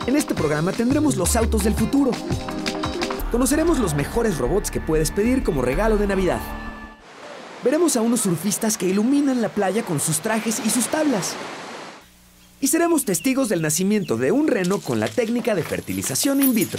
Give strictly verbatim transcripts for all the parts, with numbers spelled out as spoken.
En este programa tendremos los autos del futuro. Conoceremos los mejores robots que puedes pedir como regalo de Navidad. Veremos a unos surfistas que iluminan la playa con sus trajes y sus tablas. Y seremos testigos del nacimiento de un reno con la técnica de fertilización in vitro.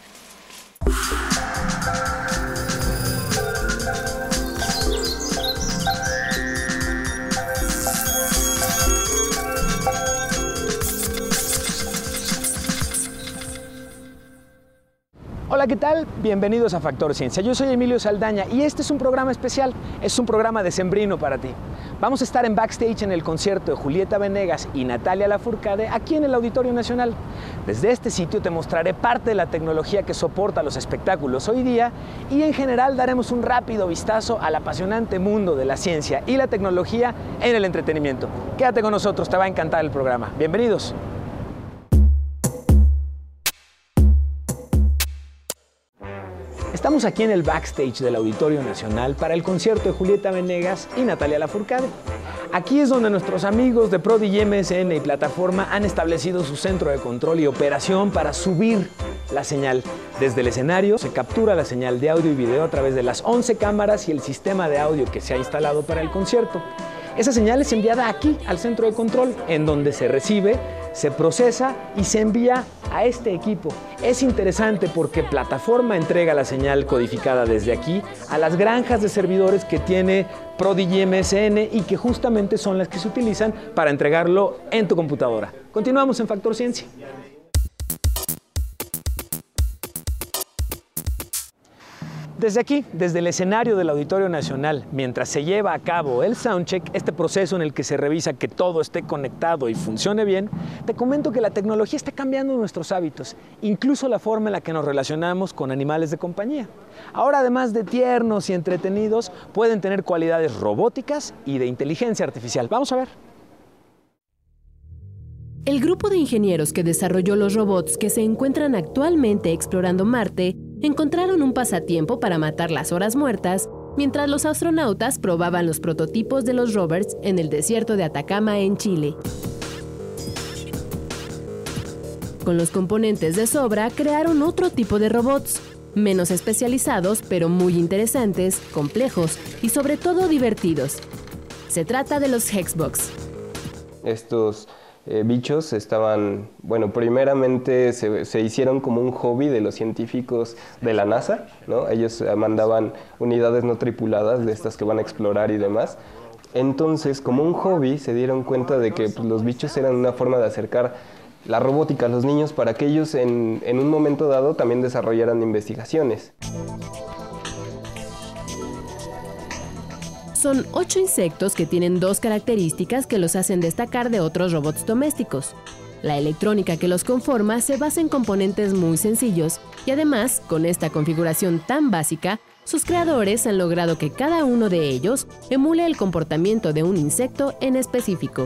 Hola, ¿qué tal? Bienvenidos a Factor Ciencia. Yo soy Emilio Saldaña y este es un programa especial, es un programa decembrino para ti. Vamos a estar en backstage en el concierto de Julieta Venegas y Natalia Lafourcade aquí en el Auditorio Nacional. Desde este sitio te mostraré parte de la tecnología que soporta los espectáculos hoy día y en general daremos un rápido vistazo al apasionante mundo de la ciencia y la tecnología en el entretenimiento. Quédate con nosotros, te va a encantar el programa. Bienvenidos. Estamos aquí en el backstage del Auditorio Nacional para el concierto de Julieta Venegas y Natalia Lafourcade. Aquí es donde nuestros amigos de Prodigy M S N y Plataforma han establecido su centro de control y operación para subir la señal. Desde el escenario se captura la señal de audio y video a través de las once cámaras y el sistema de audio que se ha instalado para el concierto. Esa señal es enviada aquí al centro de control, en donde se recibe, se procesa y se envía a este equipo. Es interesante porque Plataforma entrega la señal codificada desde aquí a las granjas de servidores que tiene Prodigy M S N y que justamente son las que se utilizan para entregarlo en tu computadora. Continuamos en Factor Ciencia. Desde aquí, desde el escenario del Auditorio Nacional, mientras se lleva a cabo el soundcheck, este proceso en el que se revisa que todo esté conectado y funcione bien, te comento que la tecnología está cambiando nuestros hábitos, incluso la forma en la que nos relacionamos con animales de compañía. Ahora, además de tiernos y entretenidos, pueden tener cualidades robóticas y de inteligencia artificial. Vamos a ver. El grupo de ingenieros que desarrolló los robots que se encuentran actualmente explorando Marte encontraron un pasatiempo para matar las horas muertas mientras los astronautas probaban los prototipos de los rovers en el desierto de Atacama, en Chile. Con los componentes de sobra, crearon otro tipo de robots, menos especializados, pero muy interesantes, complejos y sobre todo divertidos. Se trata de los Hexbox. Estos Eh, bichos estaban, bueno, primeramente se, se hicieron como un hobby de los científicos de la NASA, ¿no? Ellos eh, mandaban unidades no tripuladas de estas que van a explorar y demás. Entonces, como un hobby, se dieron cuenta de que pues, los bichos eran una forma de acercar la robótica a los niños para que ellos en, en un momento dado también desarrollaran investigaciones. Son ocho insectos que tienen dos características que los hacen destacar de otros robots domésticos. La electrónica que los conforma se basa en componentes muy sencillos y además, con esta configuración tan básica, sus creadores han logrado que cada uno de ellos emule el comportamiento de un insecto en específico.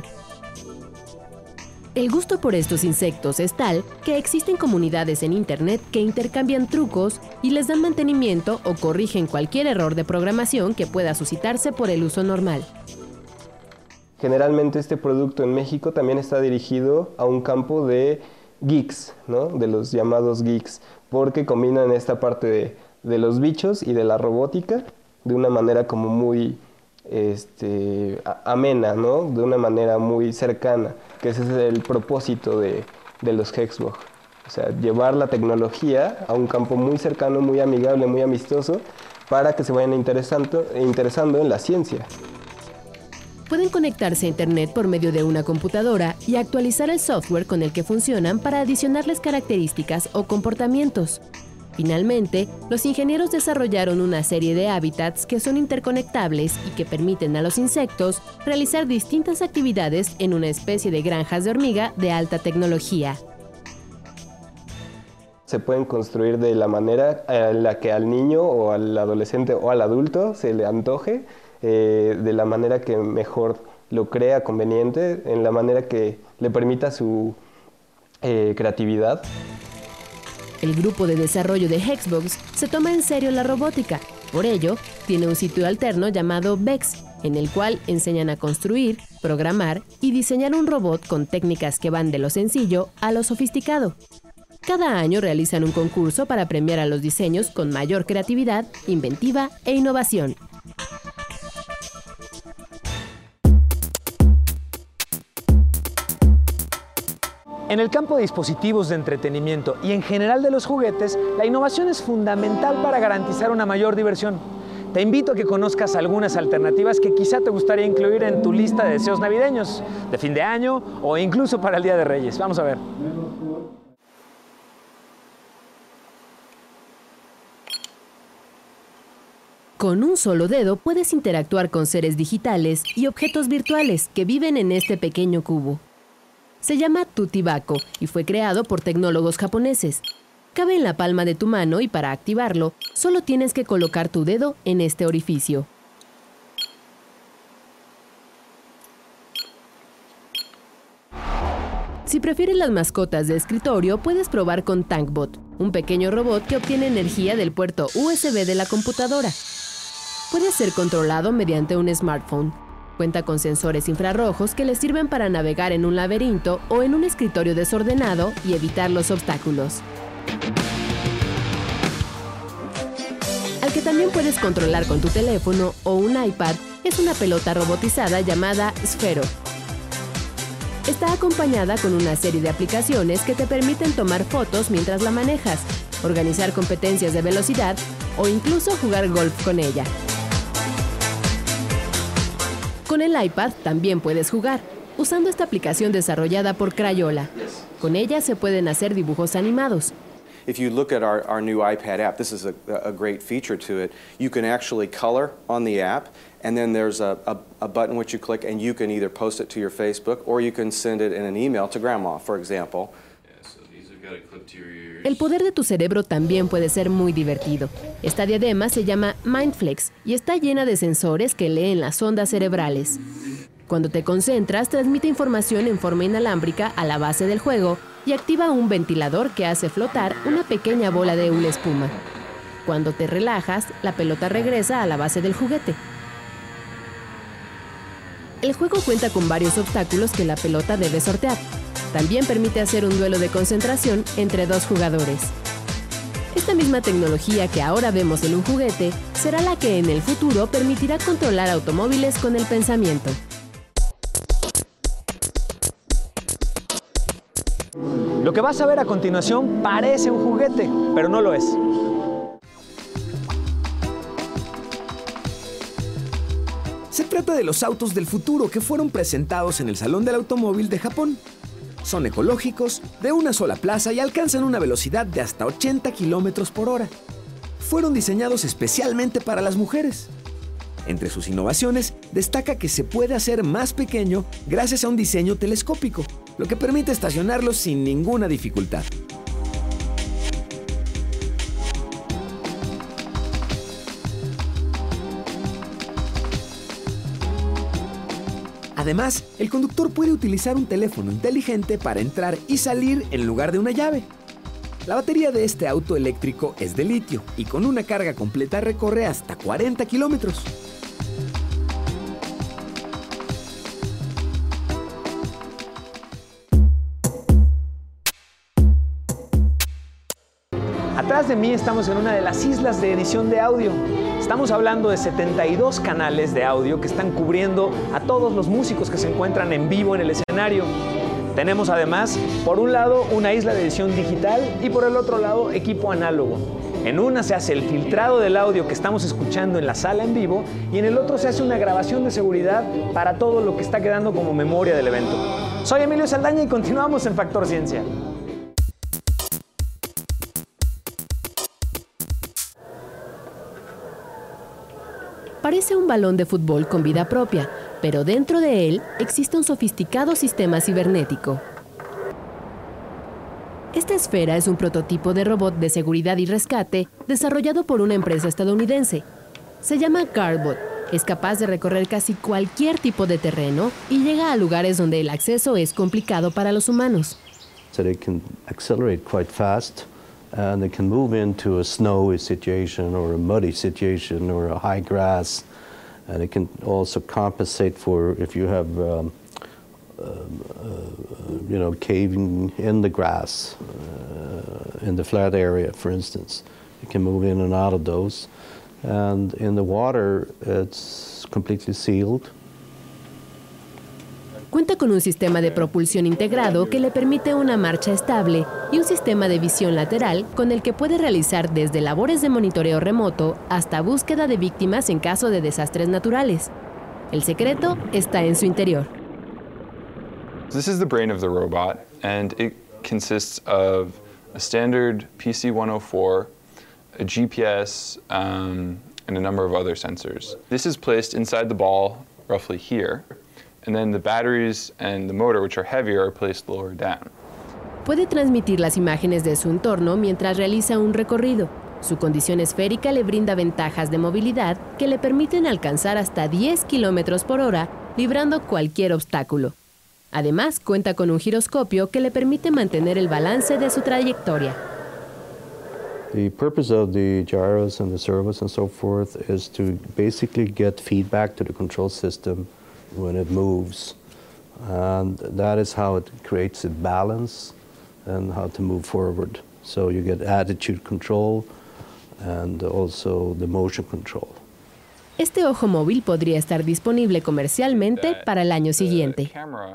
El gusto por estos insectos es tal que existen comunidades en Internet que intercambian trucos y les dan mantenimiento o corrigen cualquier error de programación que pueda suscitarse por el uso normal. Generalmente este producto en México también está dirigido a un campo de geeks, ¿no? De los llamados geeks, porque combinan esta parte de, de los bichos y de la robótica de una manera como muy este, amena, ¿no? De una manera muy cercana, que ese es el propósito de, de los Hexbox. O sea, llevar la tecnología a un campo muy cercano, muy amigable, muy amistoso, para que se vayan interesando, interesando en la ciencia. Pueden conectarse a Internet por medio de una computadora y actualizar el software con el que funcionan para adicionarles características o comportamientos. Finalmente, los ingenieros desarrollaron una serie de hábitats que son interconectables y que permiten a los insectos realizar distintas actividades en una especie de granjas de hormiga de alta tecnología. Se pueden construir de la manera en la que al niño o al adolescente o al adulto se le antoje, eh, de la manera que mejor lo crea conveniente, en la manera que le permita su eh, creatividad. El grupo de desarrollo de Hexbox se toma en serio la robótica. Por ello, tiene un sitio alterno llamado Vex, en el cual enseñan a construir, programar y diseñar un robot con técnicas que van de lo sencillo a lo sofisticado. Cada año realizan un concurso para premiar a los diseños con mayor creatividad, inventiva e innovación. En el campo de dispositivos de entretenimiento y en general de los juguetes, la innovación es fundamental para garantizar una mayor diversión. Te invito a que conozcas algunas alternativas que quizá te gustaría incluir en tu lista de deseos navideños, de fin de año o incluso para el Día de Reyes. Vamos a ver. Con un solo dedo puedes interactuar con seres digitales y objetos virtuales que viven en este pequeño cubo. Se llama Tutibako y fue creado por tecnólogos japoneses. Cabe en la palma de tu mano y para activarlo, solo tienes que colocar tu dedo en este orificio. Si prefieres las mascotas de escritorio, puedes probar con Tankbot, un pequeño robot que obtiene energía del puerto U S B de la computadora. Puede ser controlado mediante un smartphone. Cuenta con sensores infrarrojos que le sirven para navegar en un laberinto o en un escritorio desordenado y evitar los obstáculos. Al que también puedes controlar con tu teléfono o un iPad es una pelota robotizada llamada Sphero. Está acompañada con una serie de aplicaciones que te permiten tomar fotos mientras la manejas, organizar competencias de velocidad o incluso jugar golf con ella. Con el iPad también puedes jugar, usando esta aplicación desarrollada por Crayola. Con ella se pueden hacer dibujos animados. If you look at our, our new iPad app, this is a, a great feature to it. You can actually color on the app, and then there's a, a, a button which you click, and you can either post it to your Facebook or you can send it in an email to grandma, for example. El poder de tu cerebro también puede ser muy divertido. Esta diadema se llama Mindflex y está llena de sensores que leen las ondas cerebrales. Cuando te concentras, transmite información en forma inalámbrica a la base del juego y activa un ventilador que hace flotar una pequeña bola de hula espuma. Cuando te relajas, la pelota regresa a la base del juguete. El juego cuenta con varios obstáculos que la pelota debe sortear. También permite hacer un duelo de concentración entre dos jugadores. Esta misma tecnología que ahora vemos en un juguete será la que en el futuro permitirá controlar automóviles con el pensamiento. Lo que vas a ver a continuación parece un juguete, pero no lo es. Se trata de los autos del futuro que fueron presentados en el Salón del Automóvil de Japón. Son ecológicos, de una sola plaza y alcanzan una velocidad de hasta ochenta kilómetros por hora. Fueron diseñados especialmente para las mujeres. Entre sus innovaciones, destaca que se puede hacer más pequeño gracias a un diseño telescópico, lo que permite estacionarlos sin ninguna dificultad. Además, el conductor puede utilizar un teléfono inteligente para entrar y salir en lugar de una llave. La batería de este auto eléctrico es de litio y con una carga completa recorre hasta cuarenta kilómetros. Atrás de mí estamos en una de las islas de edición de audio. Estamos hablando de setenta y dos canales de audio que están cubriendo a todos los músicos que se encuentran en vivo en el escenario. Tenemos además, por un lado, una isla de edición digital y por el otro lado, equipo análogo. En una se hace el filtrado del audio que estamos escuchando en la sala en vivo y en el otro se hace una grabación de seguridad para todo lo que está quedando como memoria del evento. Soy Emilio Saldaña y continuamos en Factor Ciencia. Parece un balón de fútbol con vida propia, pero dentro de él existe un sofisticado sistema cibernético. Esta esfera es un prototipo de robot de seguridad y rescate desarrollado por una empresa estadounidense. Se llama Guardbot. Es capaz de recorrer casi cualquier tipo de terreno y llega a lugares donde el acceso es complicado para los humanos. So they can accelerate quite fast. And they can move into a snowy situation or a muddy situation or a high grass. And it can also compensate for if you have, um, uh, uh, you know, caving in the grass uh, in the flat area, for instance. You can move in and out of those. And in the water, it's completely sealed. Cuenta con un sistema de propulsión integrado que le permite una marcha estable y un sistema de visión lateral con el que puede realizar desde labores de monitoreo remoto hasta búsqueda de víctimas en caso de desastres naturales. El secreto está en su interior. This is the brain of the robot, and it consists of a standard P C one oh four, a G P S, um, and a number of other sensors. This is placed inside the ball, roughly here. And then the batteries and the motor, which are heavier, are placed lower down. Puede transmitir las imágenes de su entorno mientras realiza un recorrido. Su condición esférica le brinda ventajas de movilidad que le permiten alcanzar hasta diez kilómetros por hora, librando cualquier obstáculo. Además, cuenta con un giroscopio que le permite mantener el balance de su trayectoria. The purpose of the gyros and the servos and so forth is to basically get feedback to the control system when it moves, and that is how it creates a balance and how to move forward. So you get attitude control and also the motion control. Este ojo móvil podría estar disponible comercialmente para el año siguiente.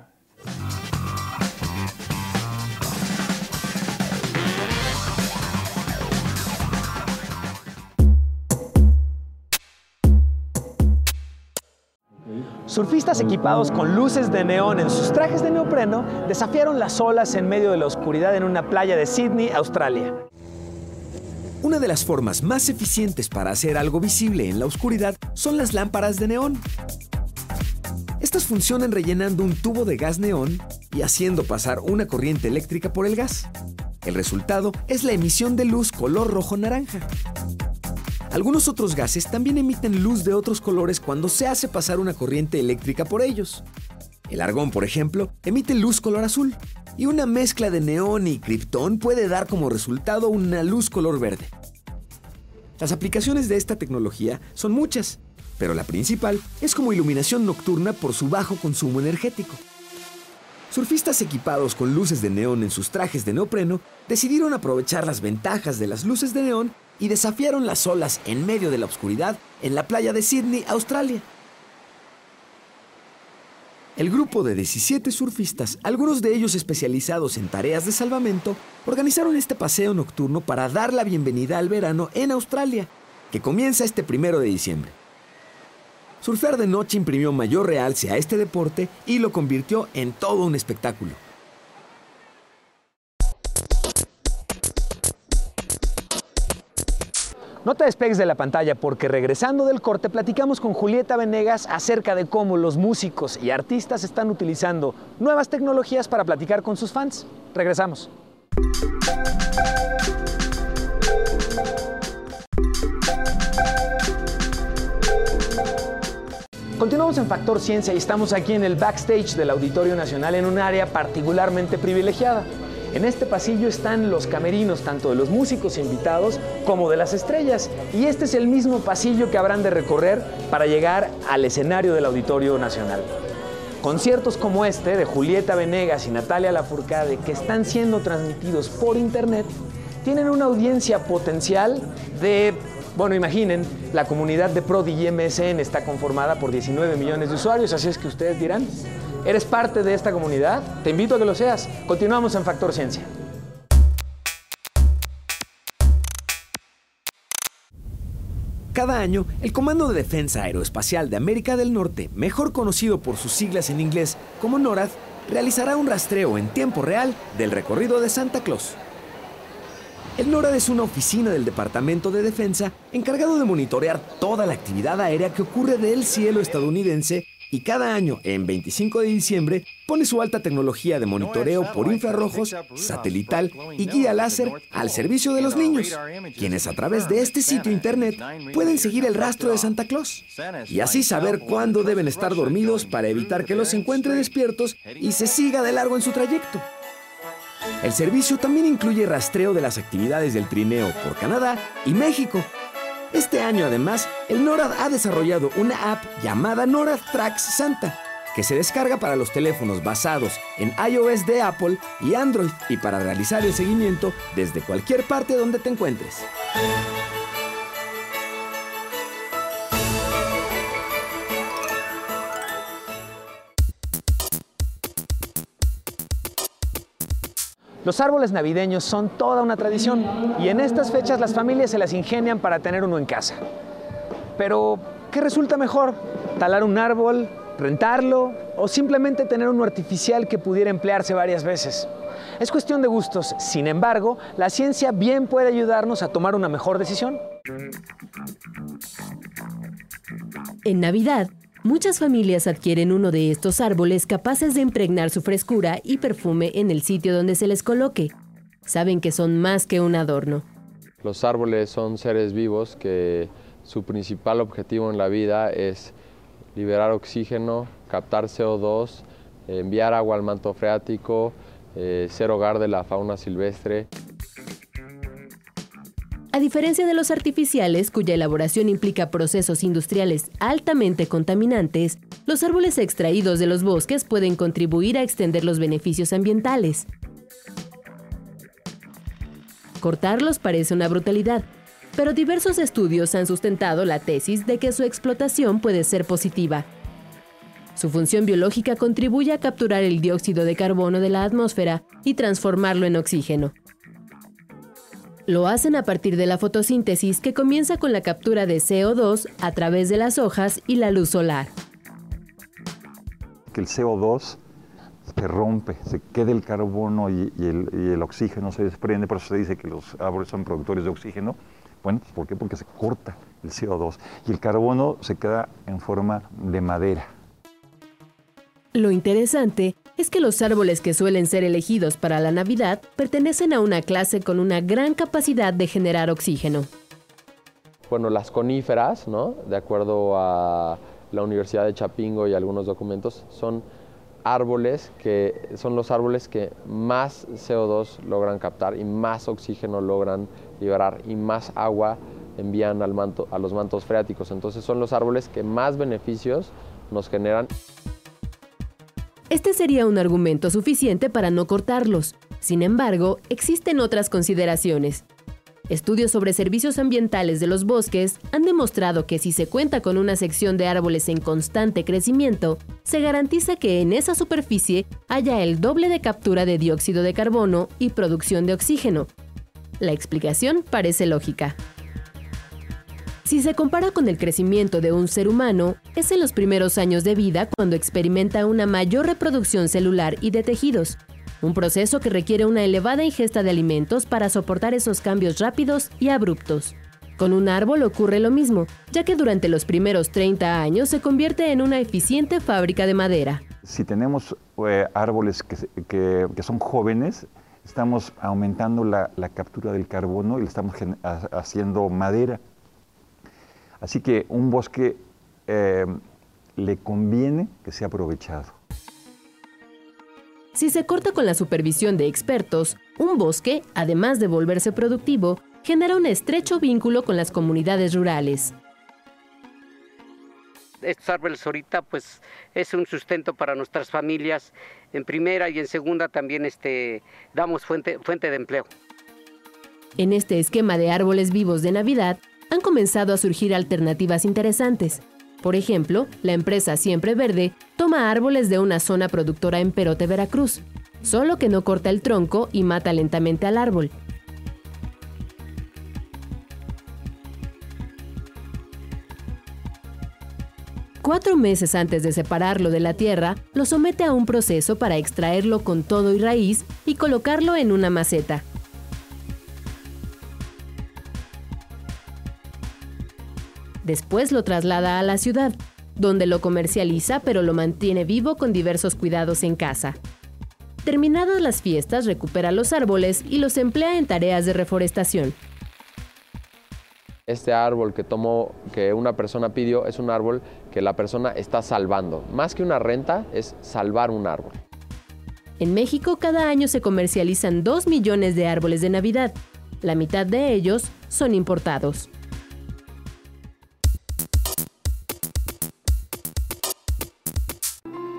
Surfistas equipados con luces de neón en sus trajes de neopreno desafiaron las olas en medio de la oscuridad en una playa de Sydney, Australia. Una de las formas más eficientes para hacer algo visible en la oscuridad son las lámparas de neón. Estas funcionan rellenando un tubo de gas neón y haciendo pasar una corriente eléctrica por el gas. El resultado es la emisión de luz color rojo-naranja. Algunos otros gases también emiten luz de otros colores cuando se hace pasar una corriente eléctrica por ellos. El argón, por ejemplo, emite luz color azul, y una mezcla de neón y kriptón puede dar como resultado una luz color verde. Las aplicaciones de esta tecnología son muchas, pero la principal es como iluminación nocturna por su bajo consumo energético. Surfistas equipados con luces de neón en sus trajes de neopreno decidieron aprovechar las ventajas de las luces de neón y desafiaron las olas en medio de la oscuridad en la playa de Sydney, Australia. El grupo de diecisiete surfistas, algunos de ellos especializados en tareas de salvamento, organizaron este paseo nocturno para dar la bienvenida al verano en Australia, que comienza este primero de diciembre. Surfear de noche imprimió mayor realce a este deporte y lo convirtió en todo un espectáculo. No te despegues de la pantalla porque regresando del corte platicamos con Julieta Venegas acerca de cómo los músicos y artistas están utilizando nuevas tecnologías para platicar con sus fans. Regresamos. Continuamos en Factor Ciencia y estamos aquí en el backstage del Auditorio Nacional en un área particularmente privilegiada. En este pasillo están los camerinos tanto de los músicos invitados como de las estrellas, y este es el mismo pasillo que habrán de recorrer para llegar al escenario del Auditorio Nacional. Conciertos como este de Julieta Venegas y Natalia Lafourcade, que están siendo transmitidos por internet, tienen una audiencia potencial de, bueno, imaginen, la comunidad de Prodigy M S N está conformada por diecinueve millones de usuarios, así es que ustedes dirán, ¿eres parte de esta comunidad? Te invito a que lo seas. Continuamos en Factor Ciencia. Cada año, el Comando de Defensa Aeroespacial de América del Norte, mejor conocido por sus siglas en inglés como NORAD, realizará un rastreo en tiempo real del recorrido de Santa Claus. El NORAD es una oficina del Departamento de Defensa encargado de monitorear toda la actividad aérea que ocurre del cielo estadounidense, y cada año, en veinticinco de diciembre, pone su alta tecnología de monitoreo por infrarrojos, satelital y guía láser al servicio de los niños, quienes a través de este sitio internet pueden seguir el rastro de Santa Claus y así saber cuándo deben estar dormidos para evitar que los encuentre despiertos y se siga de largo en su trayecto. El servicio también incluye rastreo de las actividades del trineo por Canadá y México. Este año, además, el NORAD ha desarrollado una app llamada NORAD Tracks Santa, que se descarga para los teléfonos basados en iOS de Apple y Android y para realizar el seguimiento desde cualquier parte donde te encuentres. Los árboles navideños son toda una tradición y en estas fechas las familias se las ingenian para tener uno en casa. Pero, ¿qué resulta mejor? ¿Talar un árbol, rentarlo o simplemente tener uno artificial que pudiera emplearse varias veces? Es cuestión de gustos. Sin embargo, la ciencia bien puede ayudarnos a tomar una mejor decisión. En Navidad, muchas familias adquieren uno de estos árboles capaces de impregnar su frescura y perfume en el sitio donde se les coloque. Saben que son más que un adorno. Los árboles son seres vivos que su principal objetivo en la vida es liberar oxígeno, captar C O dos, enviar agua al manto freático, eh, ser hogar de la fauna silvestre. A diferencia de los artificiales, cuya elaboración implica procesos industriales altamente contaminantes, los árboles extraídos de los bosques pueden contribuir a extender los beneficios ambientales. Cortarlos parece una brutalidad, pero diversos estudios han sustentado la tesis de que su explotación puede ser positiva. Su función biológica contribuye a capturar el dióxido de carbono de la atmósfera y transformarlo en oxígeno. Lo hacen a partir de la fotosíntesis, que comienza con la captura de C O dos a través de las hojas y la luz solar. Que el C O dos se rompe, se queda el carbono y, y, el, y el oxígeno se desprende, por eso se dice que los árboles son productores de oxígeno. Bueno, ¿por qué? Porque se corta el C O dos y el carbono se queda en forma de madera. Lo interesante es que los árboles que suelen ser elegidos para la Navidad pertenecen a una clase con una gran capacidad de generar oxígeno. Bueno, las coníferas, ¿no? De acuerdo a la Universidad de Chapingo y algunos documentos, son árboles que son los árboles que más C O dos logran captar y más oxígeno logran liberar y más agua envían al manto, a los mantos freáticos. Entonces son los árboles que más beneficios nos generan. Este sería un argumento suficiente para no cortarlos. Sin embargo, existen otras consideraciones. Estudios sobre servicios ambientales de los bosques han demostrado que si se cuenta con una sección de árboles en constante crecimiento, se garantiza que en esa superficie haya el doble de captura de dióxido de carbono y producción de oxígeno. La explicación parece lógica. Si se compara con el crecimiento de un ser humano, es en los primeros años de vida cuando experimenta una mayor reproducción celular y de tejidos, un proceso que requiere una elevada ingesta de alimentos para soportar esos cambios rápidos y abruptos. Con un árbol ocurre lo mismo, ya que durante los primeros treinta años se convierte en una eficiente fábrica de madera. Si tenemos eh, árboles que, que, que son jóvenes, estamos aumentando la, la captura del carbono y le estamos haciendo madera. Así que un bosque eh, le conviene que sea aprovechado. Si se corta con la supervisión de expertos, un bosque, además de volverse productivo, genera un estrecho vínculo con las comunidades rurales. Estos árboles ahorita pues es un sustento para nuestras familias en primera y en segunda también este, damos fuente, fuente de empleo. En este esquema de árboles vivos de Navidad, han comenzado a surgir alternativas interesantes. Por ejemplo, la empresa Siempre Verde toma árboles de una zona productora en Perote, Veracruz, solo que no corta el tronco y mata lentamente al árbol. Cuatro meses antes de separarlo de la tierra, lo somete a un proceso para extraerlo con todo y raíz y colocarlo en una maceta. Después lo traslada a la ciudad, donde lo comercializa pero lo mantiene vivo con diversos cuidados en casa. Terminadas las fiestas, recupera los árboles y los emplea en tareas de reforestación. Este árbol que tomó, que una persona pidió, es un árbol que la persona está salvando. Más que una renta, es salvar un árbol. En México, cada año se comercializan dos millones de árboles de Navidad. La mitad de ellos son importados.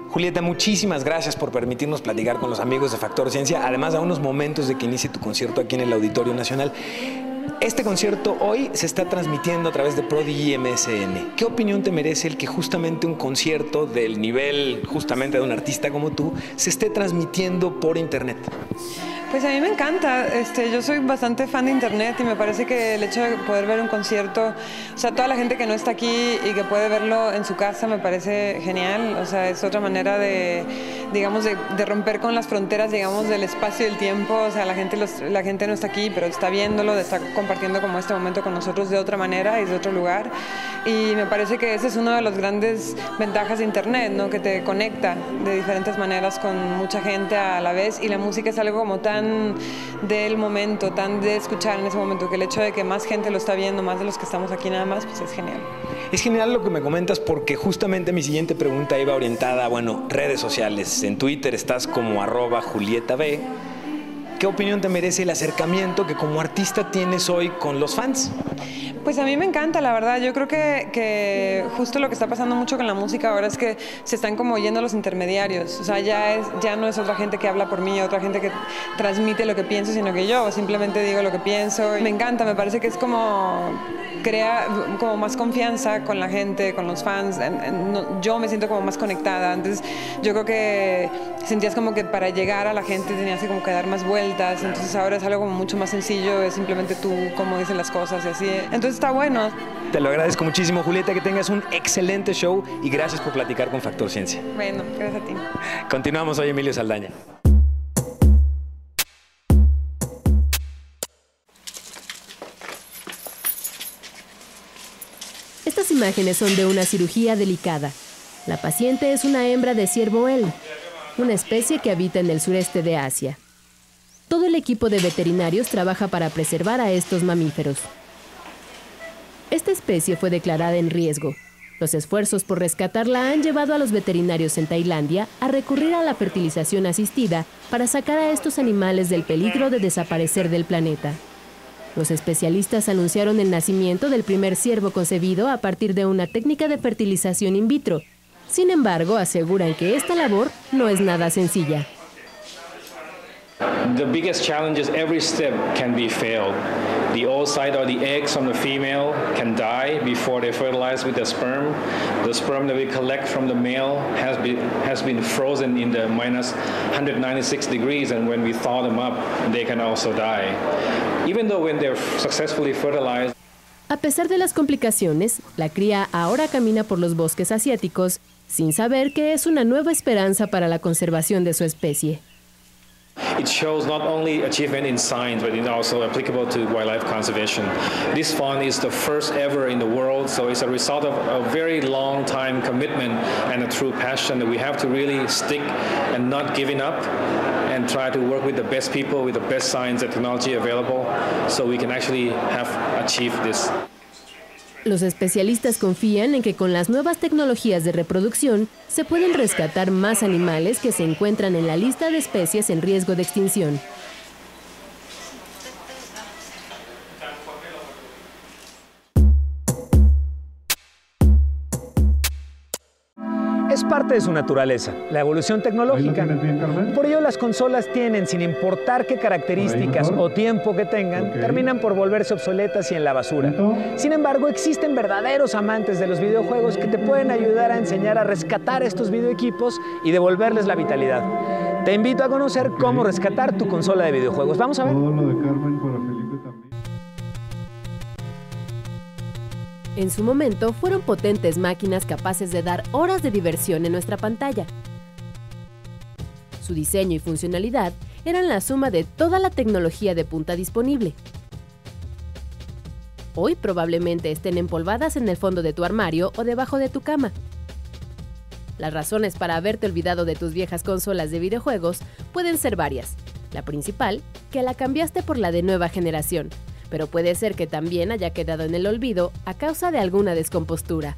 Julieta, muchísimas gracias por permitirnos platicar con los amigos de Factor Ciencia, además a unos momentos de que inicie tu concierto aquí en el Auditorio Nacional. Este concierto hoy se está transmitiendo a través de Prodigy M S N. ¿Qué opinión te merece el que justamente un concierto del nivel justamente de un artista como tú se esté transmitiendo por internet? Pues a mí me encanta, este, yo soy bastante fan de internet y me parece que el hecho de poder ver un concierto, o sea, toda la gente que no está aquí y que puede verlo en su casa me parece genial, o sea, es otra manera de, digamos, de, de romper con las fronteras, digamos, del espacio y el tiempo, o sea, la gente, los, la gente no está aquí, pero está viéndolo, está compartiendo como este momento con nosotros de otra manera y de otro lugar, y me parece que ese es uno de los grandes ventajas de internet, ¿no? Que te conecta de diferentes maneras con mucha gente a la vez, y la música es algo como tan del momento, tan de escuchar en ese momento, que el hecho de que más gente lo está viendo, más de los que estamos aquí nada más, pues es genial. Es genial lo que me comentas, porque justamente mi siguiente pregunta iba orientada a, bueno, redes sociales. En Twitter estás como arroba Julieta B. ¿Qué opinión te merece el acercamiento que como artista tienes hoy con los fans? Pues a mí me encanta, la verdad. Yo creo que, que justo lo que está pasando mucho con la música ahora es que se están como yendo los intermediarios. O sea, ya, es, ya no es otra gente que habla por mí, otra gente que transmite lo que pienso, sino que yo simplemente digo lo que pienso. Me encanta, me parece que es como crea como más confianza con la gente, con los fans. Yo me siento como más conectada. Antes yo creo que sentías como que para llegar a la gente tenías que como que dar más vueltas. Entonces ahora es algo como mucho más sencillo, es simplemente tú cómo dicen las cosas y así. Entonces está bueno. Te lo agradezco muchísimo, Julieta, que tengas un excelente show y gracias por platicar con Factor Ciencia. Bueno, gracias a ti. Continuamos, soy Emilio Saldaña. Estas imágenes son de una cirugía delicada. La paciente es una hembra de ciervo El, una especie que habita en el sureste de Asia. Todo el equipo de veterinarios trabaja para preservar a estos mamíferos. Esta especie fue declarada en riesgo. Los esfuerzos por rescatarla han llevado a los veterinarios en Tailandia a recurrir a la fertilización asistida para sacar a estos animales del peligro de desaparecer del planeta. Los especialistas anunciaron el nacimiento del primer ciervo concebido a partir de una técnica de fertilización in vitro. Sin embargo, aseguran que esta labor no es nada sencilla. The biggest challenge is every step can be failed. The oocyte or the eggs from the female can die before they fertilize with the sperm. The sperm that we collect from the male has been, has been frozen in the minus one hundred ninety-six degrees, and when we thaw them up, they can also die. Even though when they're successfully fertilized. A pesar de las complicaciones, la cría ahora camina por los bosques asiáticos sin saber que es una nueva esperanza para la conservación de su especie. It shows not only achievement in science, but it's also applicable to wildlife conservation. This fund is the first ever in the world, so it's a result of a very long time commitment and a true passion that we have to really stick and not giving up and try to work with the best people, with the best science and technology available, so we can actually have achieved this. Los especialistas confían en que con las nuevas tecnologías de reproducción se pueden rescatar más animales que se encuentran en la lista de especies en riesgo de extinción. Es parte de su naturaleza, la evolución tecnológica. Por ello, las consolas tienen, sin importar qué características o tiempo que tengan, terminan por volverse obsoletas y en la basura. Sin embargo, existen verdaderos amantes de los videojuegos que te pueden ayudar a enseñar a rescatar estos videoequipos y devolverles la vitalidad. Te invito a conocer cómo rescatar tu consola de videojuegos. Vamos a ver. En su momento, fueron potentes máquinas capaces de dar horas de diversión en nuestra pantalla. Su diseño y funcionalidad eran la suma de toda la tecnología de punta disponible. Hoy probablemente estén empolvadas en el fondo de tu armario o debajo de tu cama. Las razones para haberte olvidado de tus viejas consolas de videojuegos pueden ser varias. La principal, que la cambiaste por la de nueva generación, pero puede ser que también haya quedado en el olvido a causa de alguna descompostura.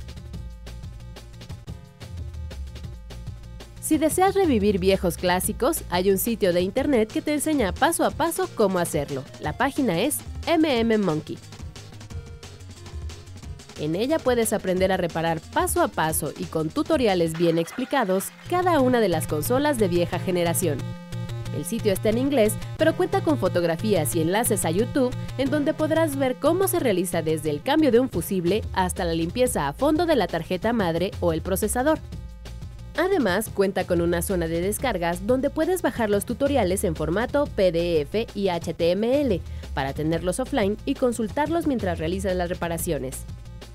Si deseas revivir viejos clásicos, hay un sitio de internet que te enseña paso a paso cómo hacerlo. La página es M M Monkey. En ella puedes aprender a reparar paso a paso y con tutoriales bien explicados cada una de las consolas de vieja generación. El sitio está en inglés, pero cuenta con fotografías y enlaces a YouTube en donde podrás ver cómo se realiza desde el cambio de un fusible hasta la limpieza a fondo de la tarjeta madre o el procesador. Además, cuenta con una zona de descargas donde puedes bajar los tutoriales en formato P D F y H T M L para tenerlos offline y consultarlos mientras realizas las reparaciones.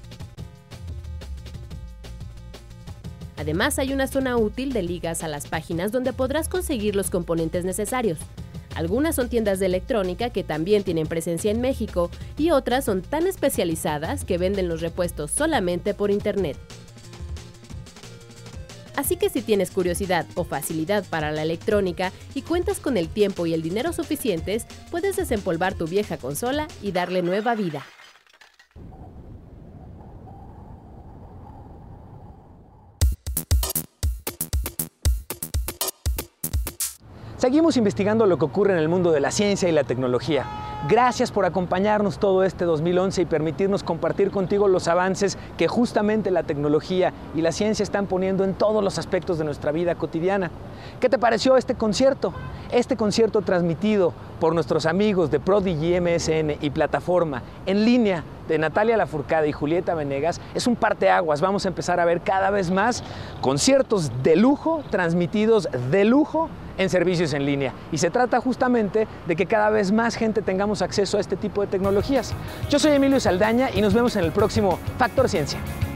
Además, hay una zona útil de ligas a las páginas donde podrás conseguir los componentes necesarios. Algunas son tiendas de electrónica que también tienen presencia en México y otras son tan especializadas que venden los repuestos solamente por internet. Así que si tienes curiosidad o facilidad para la electrónica y cuentas con el tiempo y el dinero suficientes, puedes desempolvar tu vieja consola y darle nueva vida. Seguimos investigando lo que ocurre en el mundo de la ciencia y la tecnología. Gracias por acompañarnos todo este dos mil once y permitirnos compartir contigo los avances que justamente la tecnología y la ciencia están poniendo en todos los aspectos de nuestra vida cotidiana. ¿Qué te pareció este concierto? Este concierto transmitido por nuestros amigos de Prodigy M S N y Plataforma en línea de Natalia Lafourcade y Julieta Venegas es un parteaguas. Vamos a empezar a ver cada vez más conciertos de lujo, transmitidos de lujo en servicios en línea. Y se trata justamente de que cada vez más gente tengamos acceso a este tipo de tecnologías. Yo soy Emilio Saldaña y nos vemos en el próximo Factor Ciencia.